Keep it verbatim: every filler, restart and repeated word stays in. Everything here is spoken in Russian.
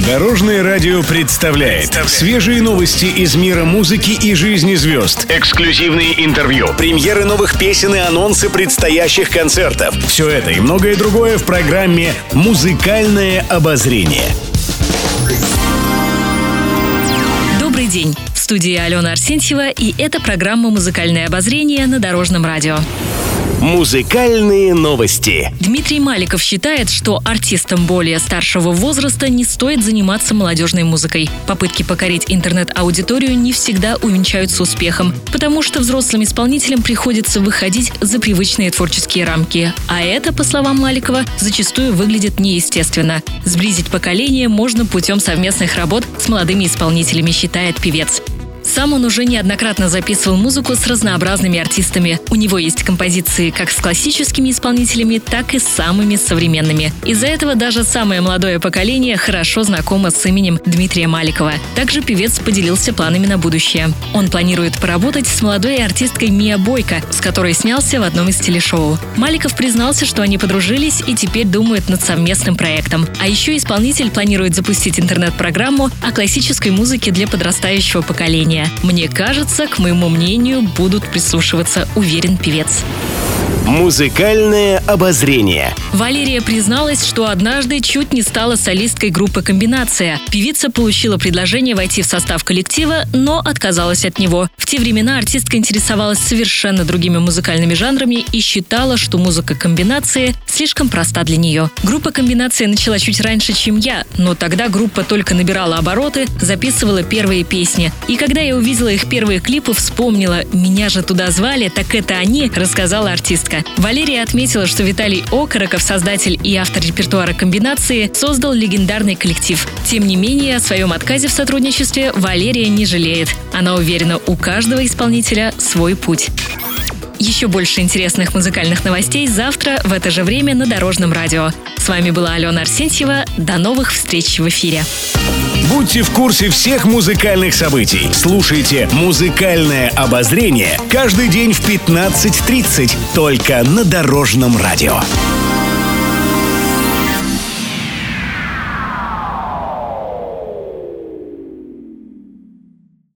Дорожное радио представляет свежие новости из мира музыки и жизни звезд, эксклюзивные интервью, премьеры новых песен и анонсы предстоящих концертов. Все это и многое другое в программе «Музыкальное обозрение». Добрый день! В студии Алена Арсентьева, и это программа «Музыкальное обозрение» на Дорожном радио. Музыкальные новости. Дмитрий Маликов считает, что артистам более старшего возраста не стоит заниматься молодежной музыкой. Попытки покорить интернет-аудиторию не всегда увенчаются успехом, потому что взрослым исполнителям приходится выходить за привычные творческие рамки. А это, по словам Маликова, зачастую выглядит неестественно. Сблизить поколение можно путем совместных работ с молодыми исполнителями, считает певец. Сам он уже неоднократно записывал музыку с разнообразными артистами. У него есть композиции как с классическими исполнителями, так и с самыми современными. Из-за этого даже самое молодое поколение хорошо знакомо с именем Дмитрия Маликова. Также певец поделился планами на будущее. Он планирует поработать с молодой артисткой Мия Бойко, с которой снялся в одном из телешоу. Маликов признался, что они подружились и теперь думают над совместным проектом. А еще исполнитель планирует запустить интернет-программу о классической музыке для подрастающего поколения. Мне кажется, к моему мнению будут прислушиваться, уверен певец. Музыкальное обозрение. Валерия призналась, что однажды чуть не стала солисткой группы «Комбинация». Певица получила предложение войти в состав коллектива, но отказалась от него. В те времена артистка интересовалась совершенно другими музыкальными жанрами и считала, что музыка «Комбинации» слишком проста для нее. Группа «Комбинация» начала чуть раньше, чем я, но тогда группа только набирала обороты, записывала первые песни. И когда я увидела их первые клипы, вспомнила: «Меня же туда звали, так это они», рассказала артистка. Валерия отметила, что Виталий Окороков, создатель и автор репертуара «Комбинации», создал легендарный коллектив. Тем не менее, о своем отказе в сотрудничестве Валерия не жалеет. Она уверена, у каждого исполнителя свой путь. Еще больше интересных музыкальных новостей завтра в это же время на Дорожном радио. С вами была Алена Арсентьева. До новых встреч в эфире. Будьте в курсе всех музыкальных событий. Слушайте «Музыкальное обозрение» каждый день в пятнадцать тридцать только на Дорожном радио.